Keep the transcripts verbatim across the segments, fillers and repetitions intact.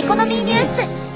コノミーニュース。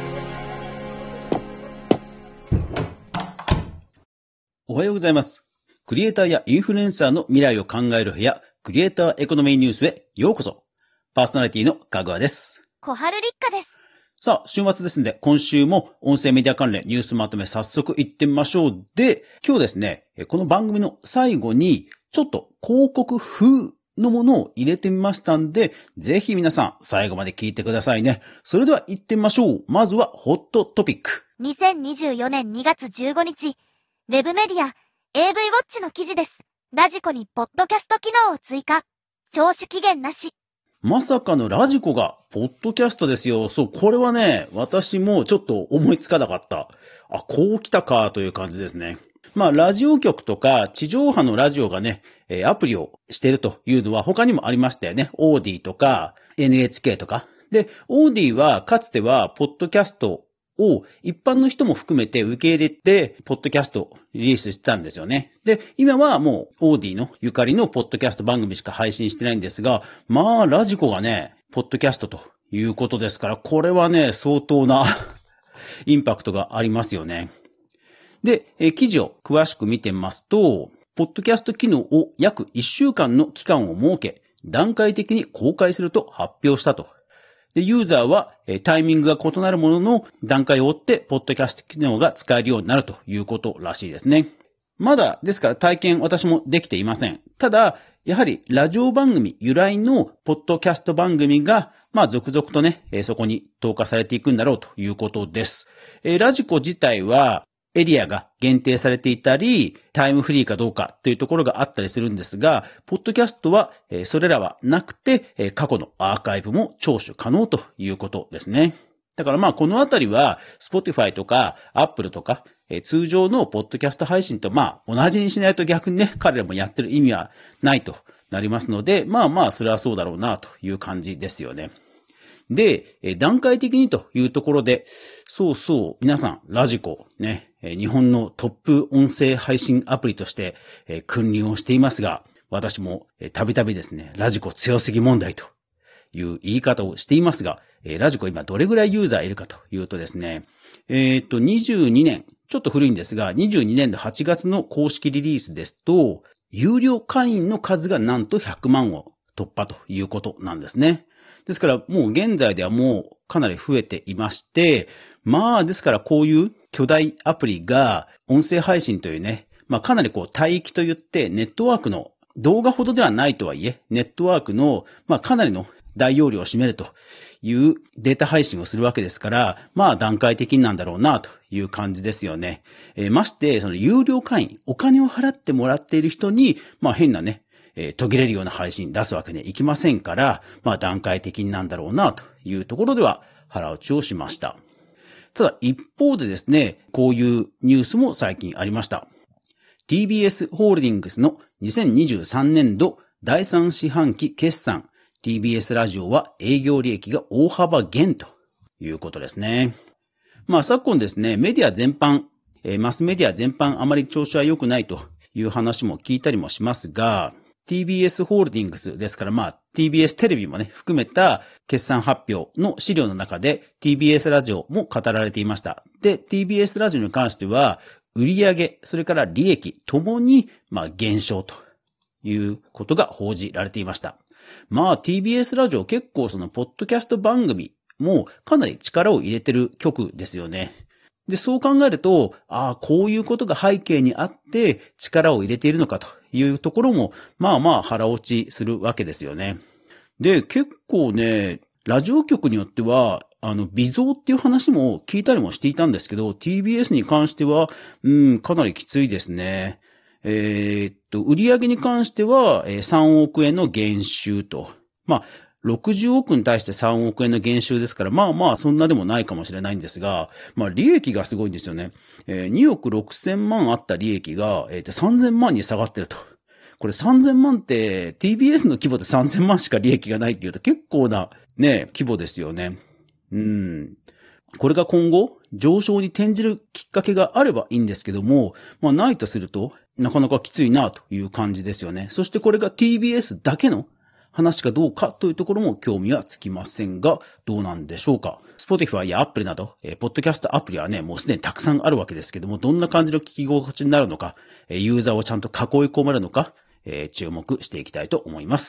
おはようございます。クリエイターやインフルエンサーの未来を考える部屋、クリエイターエコノミーニュースへようこそ。パーソナリティのかぐわです。 小春立花です。 さあ、週末ですので、今週も音声メディア関連ニュースまとめ早速行ってみましょう。で、今日ですね、この番組の最後に、ちょっと広告風のものを入れてみましたんで、ぜひ皆さん最後まで聞いてくださいね。それでは行ってみましょう。まずはホットトピック。 にせんにじゅうよねんにがつじゅうごにち、ウェブメディア エーブイ ウォッチの記事です。ラジコにポッドキャスト機能を追加。聴取期限なし。 まさかのラジコがポッドキャストですよ。そう、これはね、私もちょっと思いつかなかった。あ、こう来たかという感じですね。まあ、ラジオ局とか地上波のラジオがね、アプリをしているというのは他にもありましたよね。オーディとか エヌエイチケー とか。で、オーディはかつてはポッドキャストを一般の人も含めて受け入れて、ポッドキャストをリリースしてたんですよね。で、今はもう、オーディのゆかりのポッドキャスト番組しか配信してないんですが、まあ、ラジコがね、ポッドキャストということですから、これはね、相当なインパクトがありますよね。で、え記事を詳しく見てみますと、ポッドキャスト機能を約いっしゅうかんの期間を設け、段階的に公開すると発表したと。で、ユーザーはタイミングが異なるものの段階を追って、ポッドキャスト機能が使えるようになるということらしいですね。まだ、ですから体験私もできていません。ただ、やはりラジオ番組由来のポッドキャスト番組が、まあ続々とね、そこに投下されていくんだろうということです。ラジコ自体は、エリアが限定されていたり、タイムフリーかどうかというところがあったりするんですが、ポッドキャストはそれらはなくて、過去のアーカイブも聴取可能ということですね。だからまあこのあたりは、Spotify とか Apple とか、通常のポッドキャスト配信とまあ同じにしないと逆にね、彼らもやってる意味はないとなりますので、まあまあそれはそうだろうなという感じですよね。で、段階的にというところで、そうそう、皆さん、ラジコ、ね、日本のトップ音声配信アプリとして、君臨をしていますが、私もたびたびですね、ラジコ強すぎ問題という言い方をしていますが、ラジコ今どれぐらいユーザーいるかというとですね、えっと、にじゅうにねん、ちょっと古いんですが、にじゅうにねんのはちがつの公式リリースですと、有料会員の数がなんとひゃくまんを突破ということなんですね。ですからもう現在ではもうかなり増えていまして、まあですからこういう巨大アプリが音声配信というね、まあかなりこう帯域といってネットワークの動画ほどではないとはいえ、ネットワークのまあかなりの大容量を占めるというデータ配信をするわけですから、まあ段階的なんだろうなという感じですよね。えー、ましてその有料会員、お金を払ってもらっている人に、まあ変なね、えー、途切れるような配信出すわけにはいきませんから、まあ段階的になんだろうなというところでは腹打ちをしました。ただ一方でですね、こういうニュースも最近ありました。ティービーエス ホールディングスのにせんにじゅうさんねんどだいさん四半期決算、ティービーエス ラジオは営業利益が大幅減ということですね。まあ昨今ですね、メディア全般、マスメディア全般あまり調子は良くないという話も聞いたりもしますが、ティービーエス ホールディングスですからまあ ティービーエス テレビもね含めた決算発表の資料の中で ティービーエス ラジオも語られていました。で、ティービーエス ラジオに関しては売上、それから利益ともにまあ減少ということが報じられていました。まあ ティービーエス ラジオ結構そのポッドキャスト番組もかなり力を入れてる局ですよね。で、そう考えると、ああ、こういうことが背景にあって力を入れているのかというところも、まあまあ腹落ちするわけですよね。で、結構ね、ラジオ局によっては、あの、微増っていう話も聞いたりもしていたんですけど、ティービーエス に関しては、うん、かなりきついですね。えー、っと、売上に関してはさんおくえんの減収と。まあ、ろくじゅうおくに対してさんおくえんの減収ですから、まあまあそんなでもないかもしれないんですが、まあ利益がすごいんですよね。えー、におくろくせんまんあった利益が、えー、さんぜんまんに下がってると。これさんぜんまんって ティービーエス の規模でさんぜんまんしか利益がないっていうと結構なね、規模ですよね。うん。これが今後上昇に転じるきっかけがあればいいんですけども、まあないとするとなかなかきついなという感じですよね。そしてこれが ティービーエス だけの話かどうかというところも興味はつきませんが、どうなんでしょうか。Spotify や Apple など、えー、ポッドキャストアプリはね、もうすでにたくさんあるわけですけども、どんな感じの聞き心地になるのか、えー、ユーザーをちゃんと囲い込めるのか、えー、注目していきたいと思います。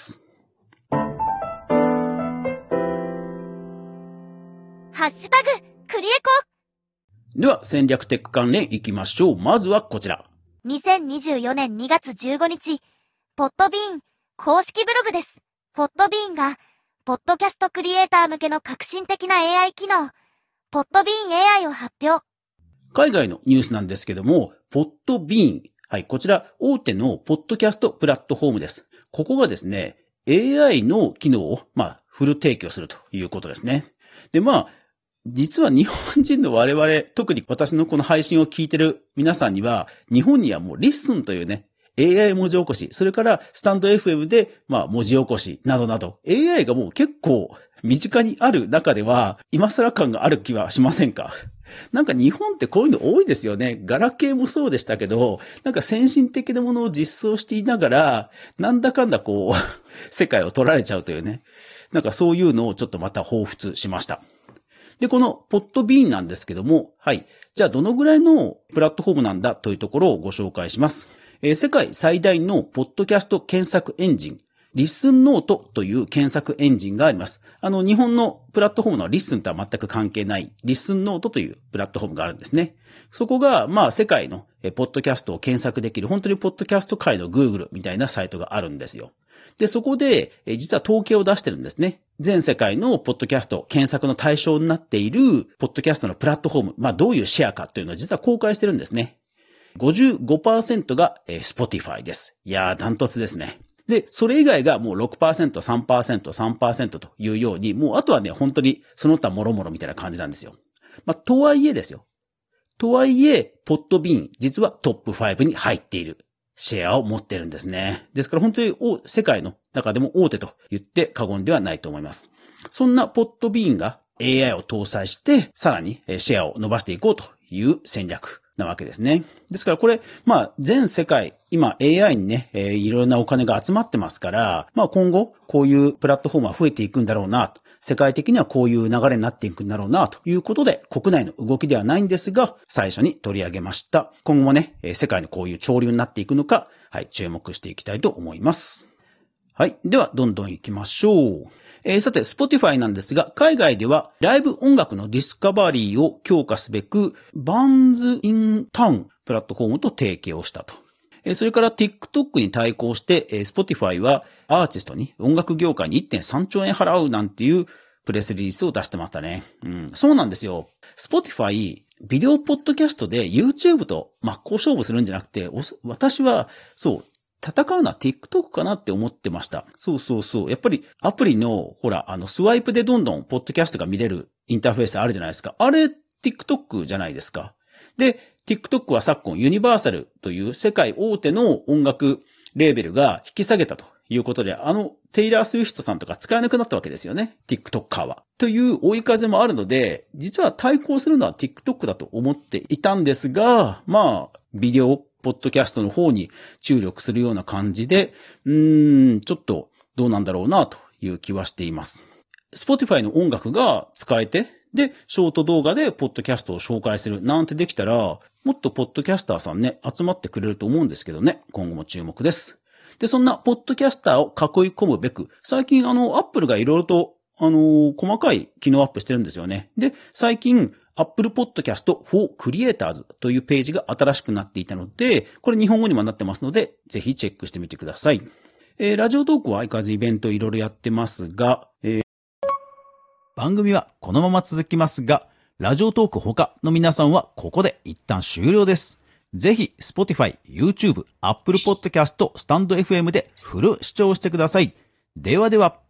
ハッシュタグ、クリエコ。では、戦略テック関連いきましょう。まずはこちら。 にせんにじゅうよねんにがつじゅうごにち、ポッドビーン公式ブログです。ポッドビーンが、ポッドキャストクリエイター向けの革新的な エーアイ 機能、ポッドビーン エーアイ を発表。 海外のニュースなんですけども、ポッドビーン。はい、こちら、大手のポッドキャストプラットフォームです。ここがですね、エーアイ の機能を、まあ、フル提供するということですね。で、まあ、実は日本人の我々、特に私のこの配信を聞いてる皆さんには、日本にはもうリッスンというね、エーアイ 文字起こし、それからスタンド エフエム で、まあ文字起こしなどなど、エーアイ がもう結構身近にある中では、今更感がある気はしませんか？なんか日本ってこういうの多いですよね。ガラケーもそうでしたけど、なんか先進的なものを実装していながら、なんだかんだこう、世界を取られちゃうというね。なんかそういうのをちょっとまた彷彿しました。で、このポッドビーンなんですけども、はい。じゃあどのぐらいのプラットフォームなんだというところをご紹介します。えー、世界最大のポッドキャスト検索エンジン、リッスンノートという検索エンジンがあります。あの、日本のプラットフォームのリッスンとは全く関係ない、リッスンノートというプラットフォームがあるんですね。そこが、まあ、世界のポッドキャストを検索できる、本当にポッドキャスト界の Google みたいなサイトがあるんですよ。で、そこで、実は統計を出してるんですね。全世界のポッドキャスト、検索の対象になっている、ポッドキャストのプラットフォーム、まあ、どういうシェアかというのを実は公開してるんですね。ごじゅうごパーセント が、えー、Spotify です。いやー、ダントツですね。で、それ以外がもう ろくパーセント、さんパーセント、さんパーセント というように、もうあとはね、本当にその他もろもろみたいな感じなんですよ。まあ、とはいえですよ。とはいえ、ポッドビーン、実はトップごに入っている。シェアを持ってるんですね。ですから本当に世界の中でも大手と言って過言ではないと思います。そんなポッドビーンが エーアイ を搭載してさらにシェアを伸ばしていこうという戦略なわけですね。ですからこれ、まあ全世界、今 エーアイ にね、えー、いろいろなお金が集まってますから、まあ今後こういうプラットフォームは増えていくんだろうなと。世界的にはこういう流れになっていくんだろうなということで、国内の動きではないんですが、最初に取り上げました。今後もね、世界のこういう潮流になっていくのか、はい、注目していきたいと思います。はい。では、どんどん行きましょう。えー、さて、Spotify なんですが、海外ではライブ音楽のディスカバリーを強化すべく、バンズ・イン・タウンプラットフォームと提携をしたと。それから TikTok に対抗して、Spotify はアーティストに音楽業界に いってんさんちょうえん払うなんていうプレスリリースを出してましたね。うん、そうなんですよ。Spotify、ビデオポッドキャストで YouTube と真っ向勝負するんじゃなくて、私は、そう、戦うのは TikTok かなって思ってました。そうそうそう。やっぱりアプリの、ほら、あの、スワイプでどんどんポッドキャストが見れるインターフェースあるじゃないですか。あれ、TikTok じゃないですか。で、TikTok は昨今ユニバーサルという世界大手の音楽レーベルが引き下げたということで、あのテイラー・スウィフトさんとか使えなくなったわけですよね。TikToker は。という追い風もあるので、実は対抗するのは TikTok だと思っていたんですが、まあ、ビデオ、ポッドキャストの方に注力するような感じで、うーん、ちょっとどうなんだろうなという気はしています。Spotify の音楽が使えて、で、ショート動画でポッドキャストを紹介するなんてできたら、もっとポッドキャスターさんね、集まってくれると思うんですけどね、今後も注目です。で、そんなポッドキャスターを囲い込むべく、最近あの、Apple がいろいろと、あの、細かい機能アップしてるんですよね。で、最近、Apple Podcast for Creators というページが新しくなっていたので、これ日本語にもなってますので、ぜひチェックしてみてください。えー、ラジオトークは相変わらずイベントいろいろやってますが、えー番組はこのまま続きますが、ラジオトーク他の皆さんはここで一旦終了です。ぜひ Spotify、YouTube、Apple Podcast、スタンド エフエム でフル視聴してください。ではでは。